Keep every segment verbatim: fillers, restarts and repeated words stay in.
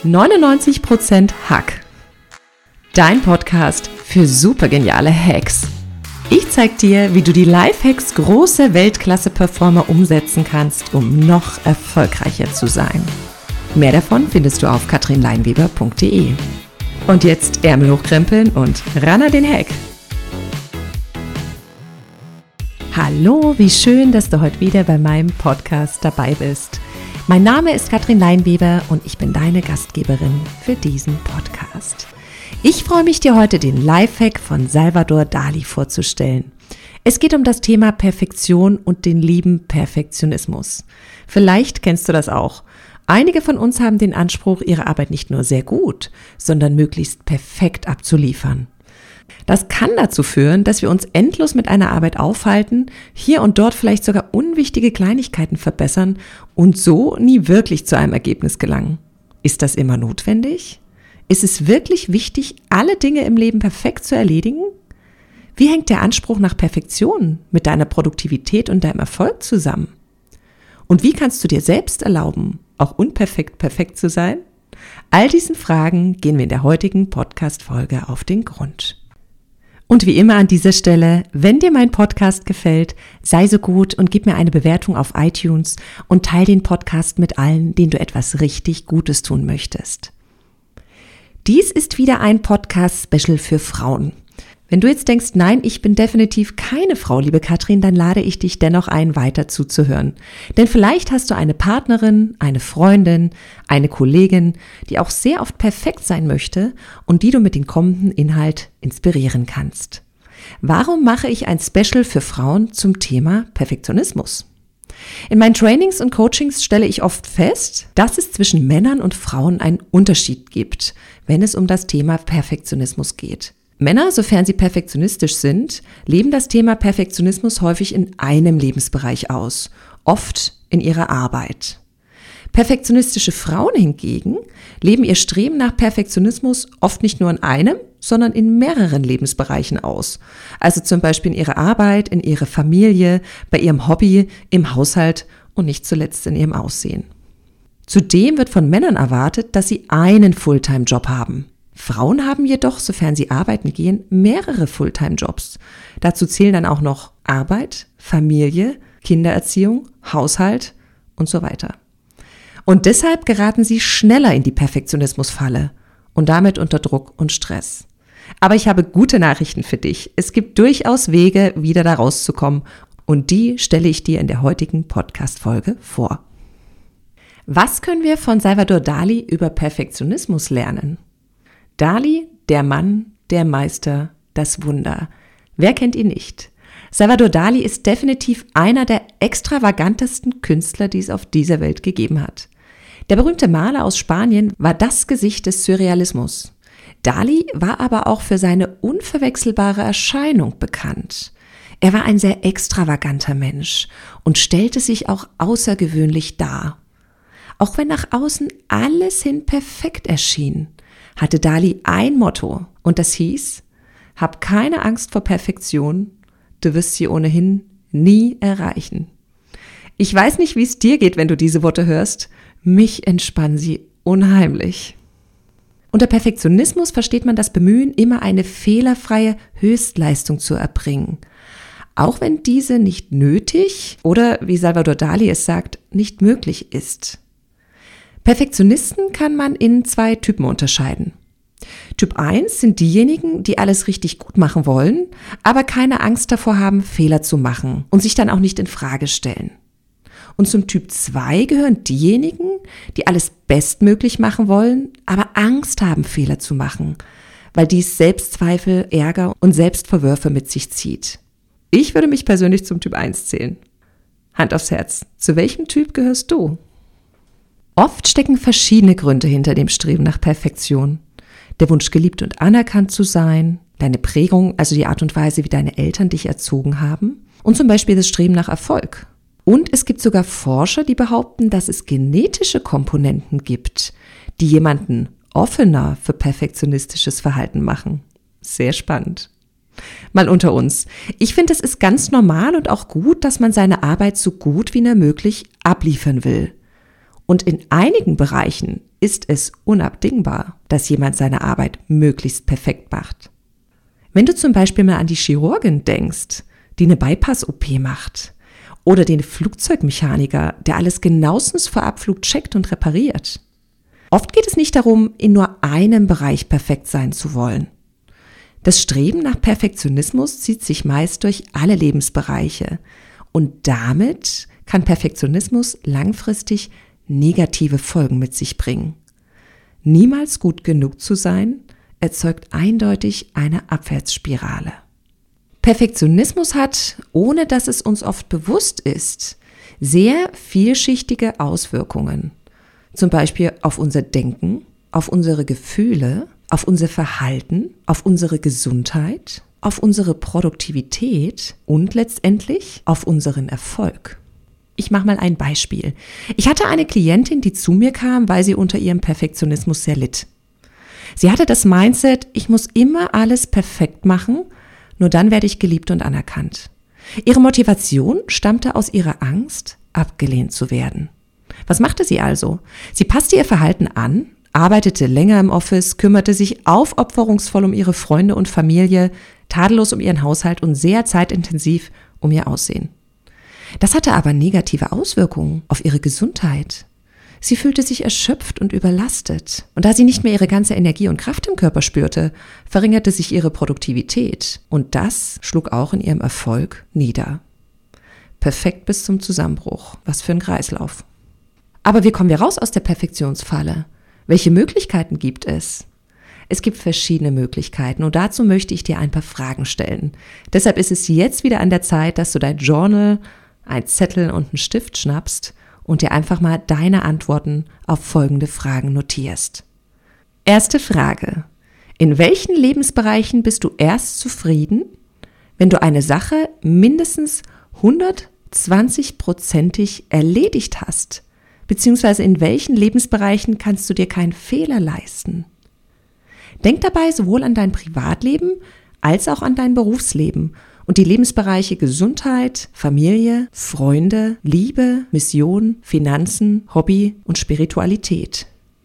neunundneunzig Prozent Hack. Dein Podcast für supergeniale Hacks. Ich zeig dir, wie du die Lifehacks großer Weltklasse-Performer umsetzen kannst, um noch erfolgreicher zu sein. Mehr davon findest du auf katrin leinweber punkt de. Und jetzt Ärmel hochkrempeln und ran an den Hack. Hallo, wie schön, dass du heute wieder bei meinem Podcast dabei bist. Mein Name ist Katrin Leinweber und ich bin deine Gastgeberin für diesen Podcast. Ich freue mich, dir heute den Lifehack von Salvador Dali vorzustellen. Es geht um das Thema Perfektion und den lieben Perfektionismus. Vielleicht kennst du das auch. Einige von uns haben den Anspruch, ihre Arbeit nicht nur sehr gut, sondern möglichst perfekt abzuliefern. Das kann dazu führen, dass wir uns endlos mit einer Arbeit aufhalten, hier und dort vielleicht sogar unwichtige Kleinigkeiten verbessern und so nie wirklich zu einem Ergebnis gelangen. Ist das immer notwendig? Ist es wirklich wichtig, alle Dinge im Leben perfekt zu erledigen? Wie hängt der Anspruch nach Perfektion mit deiner Produktivität und deinem Erfolg zusammen? Und wie kannst du dir selbst erlauben, auch unperfekt perfekt zu sein? All diesen Fragen gehen wir in der heutigen Podcast-Folge auf den Grund. Und wie immer an dieser Stelle, wenn dir mein Podcast gefällt, sei so gut und gib mir eine Bewertung auf iTunes und teile den Podcast mit allen, denen du etwas richtig Gutes tun möchtest. Dies ist wieder ein Podcast-Special für Frauen. Wenn du jetzt denkst, nein, ich bin definitiv keine Frau, liebe Katrin, dann lade ich dich dennoch ein, weiter zuzuhören. Denn vielleicht hast du eine Partnerin, eine Freundin, eine Kollegin, die auch sehr oft perfekt sein möchte und die du mit dem kommenden Inhalt inspirieren kannst. Warum mache ich ein Special für Frauen zum Thema Perfektionismus? In meinen Trainings und Coachings stelle ich oft fest, dass es zwischen Männern und Frauen einen Unterschied gibt, wenn es um das Thema Perfektionismus geht. Männer, sofern sie perfektionistisch sind, leben das Thema Perfektionismus häufig in einem Lebensbereich aus, oft in ihrer Arbeit. Perfektionistische Frauen hingegen leben ihr Streben nach Perfektionismus oft nicht nur in einem, sondern in mehreren Lebensbereichen aus. Also zum Beispiel in ihrer Arbeit, in ihrer Familie, bei ihrem Hobby, im Haushalt und nicht zuletzt in ihrem Aussehen. Zudem wird von Männern erwartet, dass sie einen Fulltime-Job haben. Frauen haben jedoch, sofern sie arbeiten gehen, mehrere Fulltime-Jobs. Dazu zählen dann auch noch Arbeit, Familie, Kindererziehung, Haushalt und so weiter. Und deshalb geraten sie schneller in die Perfektionismusfalle und damit unter Druck und Stress. Aber ich habe gute Nachrichten für dich. Es gibt durchaus Wege, wieder da rauszukommen und die stelle ich dir in der heutigen Podcast-Folge vor. Was können wir von Salvador Dali über Perfektionismus lernen? Dali, der Mann, der Meister, das Wunder. Wer kennt ihn nicht? Salvador Dali ist definitiv einer der extravagantesten Künstler, die es auf dieser Welt gegeben hat. Der berühmte Maler aus Spanien war das Gesicht des Surrealismus. Dali war aber auch für seine unverwechselbare Erscheinung bekannt. Er war ein sehr extravaganter Mensch und stellte sich auch außergewöhnlich dar. Auch wenn nach außen alles hin perfekt erschien, hatte Dali ein Motto und das hieß: Hab keine Angst vor Perfektion, du wirst sie ohnehin nie erreichen. Ich weiß nicht, wie es dir geht, wenn du diese Worte hörst, mich entspannen sie unheimlich. Unter Perfektionismus versteht man das Bemühen, immer eine fehlerfreie Höchstleistung zu erbringen, auch wenn diese nicht nötig oder, wie Salvador Dali es sagt, nicht möglich ist. Perfektionisten kann man in zwei Typen unterscheiden. Typ eins sind diejenigen, die alles richtig gut machen wollen, aber keine Angst davor haben, Fehler zu machen und sich dann auch nicht in Frage stellen. Und zum Typ zwei gehören diejenigen, die alles bestmöglich machen wollen, aber Angst haben, Fehler zu machen, weil dies Selbstzweifel, Ärger und Selbstverwürfe mit sich zieht. Ich würde mich persönlich zum Typ eins zählen. Hand aufs Herz, zu welchem Typ gehörst du? Oft stecken verschiedene Gründe hinter dem Streben nach Perfektion. Der Wunsch, geliebt und anerkannt zu sein, deine Prägung, also die Art und Weise, wie deine Eltern dich erzogen haben, und zum Beispiel das Streben nach Erfolg. Und es gibt sogar Forscher, die behaupten, dass es genetische Komponenten gibt, die jemanden offener für perfektionistisches Verhalten machen. Sehr spannend. Mal unter uns. Ich finde, es ist ganz normal und auch gut, dass man seine Arbeit so gut wie nur möglich abliefern will. Und in einigen Bereichen ist es unabdingbar, dass jemand seine Arbeit möglichst perfekt macht. Wenn du zum Beispiel mal an die Chirurgin denkst, die eine Bypass-O P macht, oder den Flugzeugmechaniker, der alles genauestens vor Abflug checkt und repariert. Oft geht es nicht darum, in nur einem Bereich perfekt sein zu wollen. Das Streben nach Perfektionismus zieht sich meist durch alle Lebensbereiche und damit kann Perfektionismus langfristig negative Folgen mit sich bringen. Niemals gut genug zu sein, erzeugt eindeutig eine Abwärtsspirale. Perfektionismus hat, ohne dass es uns oft bewusst ist, sehr vielschichtige Auswirkungen. Zum Beispiel auf unser Denken, auf unsere Gefühle, auf unser Verhalten, auf unsere Gesundheit, auf unsere Produktivität und letztendlich auf unseren Erfolg. Ich mache mal ein Beispiel. Ich hatte eine Klientin, die zu mir kam, weil sie unter ihrem Perfektionismus sehr litt. Sie hatte das Mindset, ich muss immer alles perfekt machen, nur dann werde ich geliebt und anerkannt. Ihre Motivation stammte aus ihrer Angst, abgelehnt zu werden. Was machte sie also? Sie passte ihr Verhalten an, arbeitete länger im Office, kümmerte sich aufopferungsvoll um ihre Freunde und Familie, tadellos um ihren Haushalt und sehr zeitintensiv um ihr Aussehen. Das hatte aber negative Auswirkungen auf ihre Gesundheit. Sie fühlte sich erschöpft und überlastet. Und da sie nicht mehr ihre ganze Energie und Kraft im Körper spürte, verringerte sich ihre Produktivität. Und das schlug auch in ihrem Erfolg nieder. Perfekt bis zum Zusammenbruch. Was für ein Kreislauf. Aber wie kommen wir raus aus der Perfektionsfalle? Welche Möglichkeiten gibt es? Es gibt verschiedene Möglichkeiten und dazu möchte ich dir ein paar Fragen stellen. Deshalb ist es jetzt wieder an der Zeit, dass du dein Journal, ein Zettel und einen Stift schnappst und dir einfach mal deine Antworten auf folgende Fragen notierst. Erste Frage. In welchen Lebensbereichen bist du erst zufrieden, wenn du eine Sache mindestens hundertzwanzig-prozentig erledigt hast? Beziehungsweise in welchen Lebensbereichen kannst du dir keinen Fehler leisten? Denk dabei sowohl an dein Privatleben als auch an dein Berufsleben und die Lebensbereiche Gesundheit, Familie, Freunde, Liebe, Mission, Finanzen, Hobby und Spiritualität.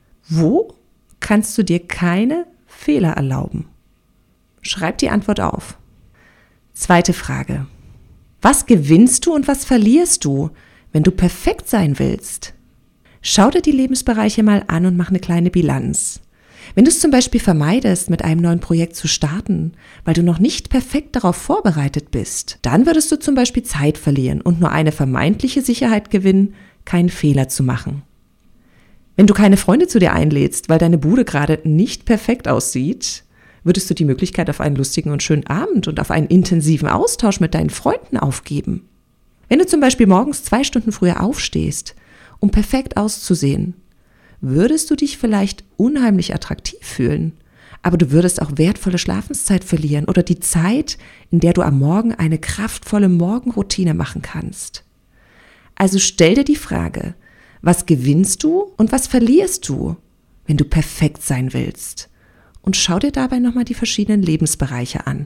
Wo kannst du dir keine Fehler erlauben? Schreib die Antwort auf. Zweite Frage. Was gewinnst du und was verlierst du, wenn du perfekt sein willst? Schau dir die Lebensbereiche mal an und mach eine kleine Bilanz. Wenn du es zum Beispiel vermeidest, mit einem neuen Projekt zu starten, weil du noch nicht perfekt darauf vorbereitet bist, dann würdest du zum Beispiel Zeit verlieren und nur eine vermeintliche Sicherheit gewinnen, keinen Fehler zu machen. Wenn du keine Freunde zu dir einlädst, weil deine Bude gerade nicht perfekt aussieht, würdest du die Möglichkeit auf einen lustigen und schönen Abend und auf einen intensiven Austausch mit deinen Freunden aufgeben. Wenn du zum Beispiel morgens zwei Stunden früher aufstehst, um perfekt auszusehen, würdest du dich vielleicht unheimlich attraktiv fühlen, aber du würdest auch wertvolle Schlafenszeit verlieren oder die Zeit, in der du am Morgen eine kraftvolle Morgenroutine machen kannst. Also stell dir die Frage, was gewinnst du und was verlierst du, wenn du perfekt sein willst? Und schau dir dabei nochmal die verschiedenen Lebensbereiche an.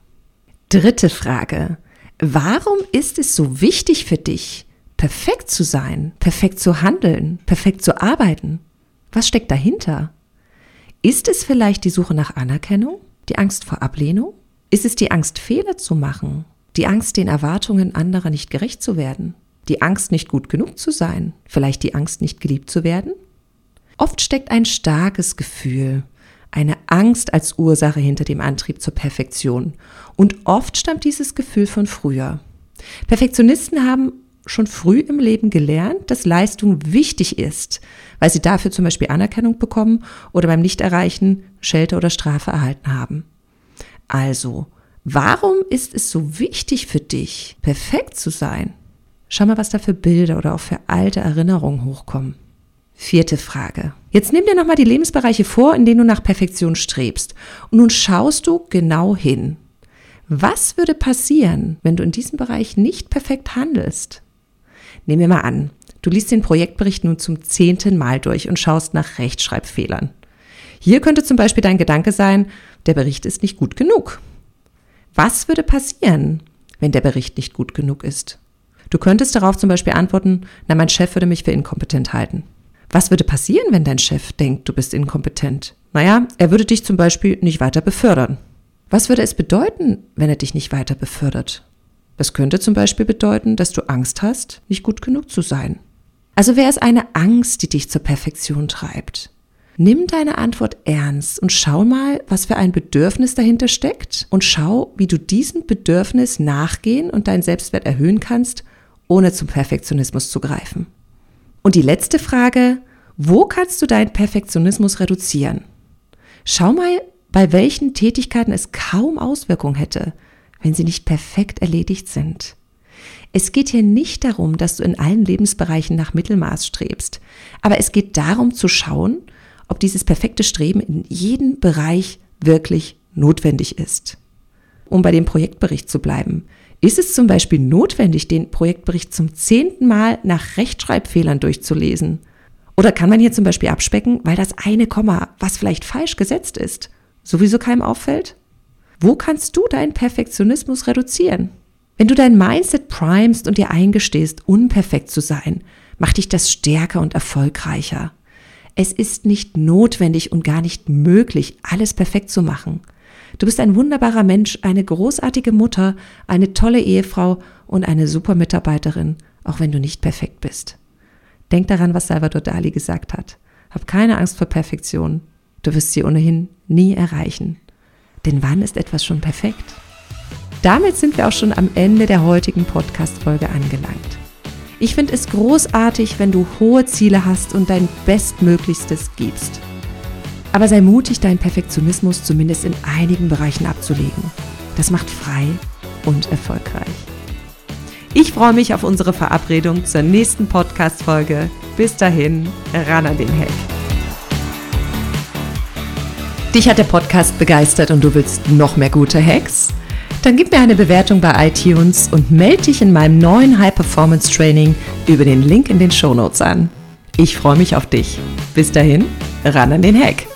Dritte Frage. Warum ist es so wichtig für dich, perfekt zu sein, perfekt zu handeln, perfekt zu arbeiten? Was steckt dahinter? Ist es vielleicht die Suche nach Anerkennung, die Angst vor Ablehnung? Ist es die Angst, Fehler zu machen, die Angst, den Erwartungen anderer nicht gerecht zu werden, die Angst, nicht gut genug zu sein, vielleicht die Angst, nicht geliebt zu werden? Oft steckt ein starkes Gefühl, eine Angst als Ursache hinter dem Antrieb zur Perfektion. Und oft stammt dieses Gefühl von früher. Perfektionisten haben schon früh im Leben gelernt, dass Leistung wichtig ist, weil sie dafür zum Beispiel Anerkennung bekommen oder beim Nichterreichen Schelte oder Strafe erhalten haben. Also, warum ist es so wichtig für dich, perfekt zu sein? Schau mal, was da für Bilder oder auch für alte Erinnerungen hochkommen. Vierte Frage. Jetzt nimm dir nochmal die Lebensbereiche vor, in denen du nach Perfektion strebst. Und nun schaust du genau hin. Was würde passieren, wenn du in diesem Bereich nicht perfekt handelst? Nehmen wir mal an, du liest den Projektbericht nun zum zehnten Mal durch und schaust nach Rechtschreibfehlern. Hier könnte zum Beispiel dein Gedanke sein, der Bericht ist nicht gut genug. Was würde passieren, wenn der Bericht nicht gut genug ist? Du könntest darauf zum Beispiel antworten, na, mein Chef würde mich für inkompetent halten. Was würde passieren, wenn dein Chef denkt, du bist inkompetent? Naja, er würde dich zum Beispiel nicht weiter befördern. Was würde es bedeuten, wenn er dich nicht weiter befördert? Das könnte zum Beispiel bedeuten, dass du Angst hast, nicht gut genug zu sein. Also wäre es eine Angst, die dich zur Perfektion treibt? Nimm deine Antwort ernst und schau mal, was für ein Bedürfnis dahinter steckt und schau, wie du diesem Bedürfnis nachgehen und deinen Selbstwert erhöhen kannst, ohne zum Perfektionismus zu greifen. Und die letzte Frage, wo kannst du deinen Perfektionismus reduzieren? Schau mal, bei welchen Tätigkeiten es kaum Auswirkungen hätte, wenn sie nicht perfekt erledigt sind. Es geht hier nicht darum, dass du in allen Lebensbereichen nach Mittelmaß strebst, aber es geht darum zu schauen, ob dieses perfekte Streben in jedem Bereich wirklich notwendig ist. Um bei dem Projektbericht zu bleiben, ist es zum Beispiel notwendig, den Projektbericht zum zehnten Mal nach Rechtschreibfehlern durchzulesen? Oder kann man hier zum Beispiel abspecken, weil das eine Komma, was vielleicht falsch gesetzt ist, sowieso keinem auffällt? Wo kannst du deinen Perfektionismus reduzieren? Wenn du dein Mindset primest und dir eingestehst, unperfekt zu sein, macht dich das stärker und erfolgreicher. Es ist nicht notwendig und gar nicht möglich, alles perfekt zu machen. Du bist ein wunderbarer Mensch, eine großartige Mutter, eine tolle Ehefrau und eine super Mitarbeiterin, auch wenn du nicht perfekt bist. Denk daran, was Salvador Dali gesagt hat. Hab keine Angst vor Perfektion. Du wirst sie ohnehin nie erreichen. Denn wann ist etwas schon perfekt? Damit sind wir auch schon am Ende der heutigen Podcast-Folge angelangt. Ich finde es großartig, wenn du hohe Ziele hast und dein Bestmöglichstes gibst. Aber sei mutig, deinen Perfektionismus zumindest in einigen Bereichen abzulegen. Das macht frei und erfolgreich. Ich freue mich auf unsere Verabredung zur nächsten Podcast-Folge. Bis dahin, ran an den Hack. Dich hat der Podcast begeistert und du willst noch mehr gute Hacks? Dann gib mir eine Bewertung bei iTunes und melde dich in meinem neuen High-Performance-Training über den Link in den Shownotes an. Ich freue mich auf dich. Bis dahin, ran an den Hack.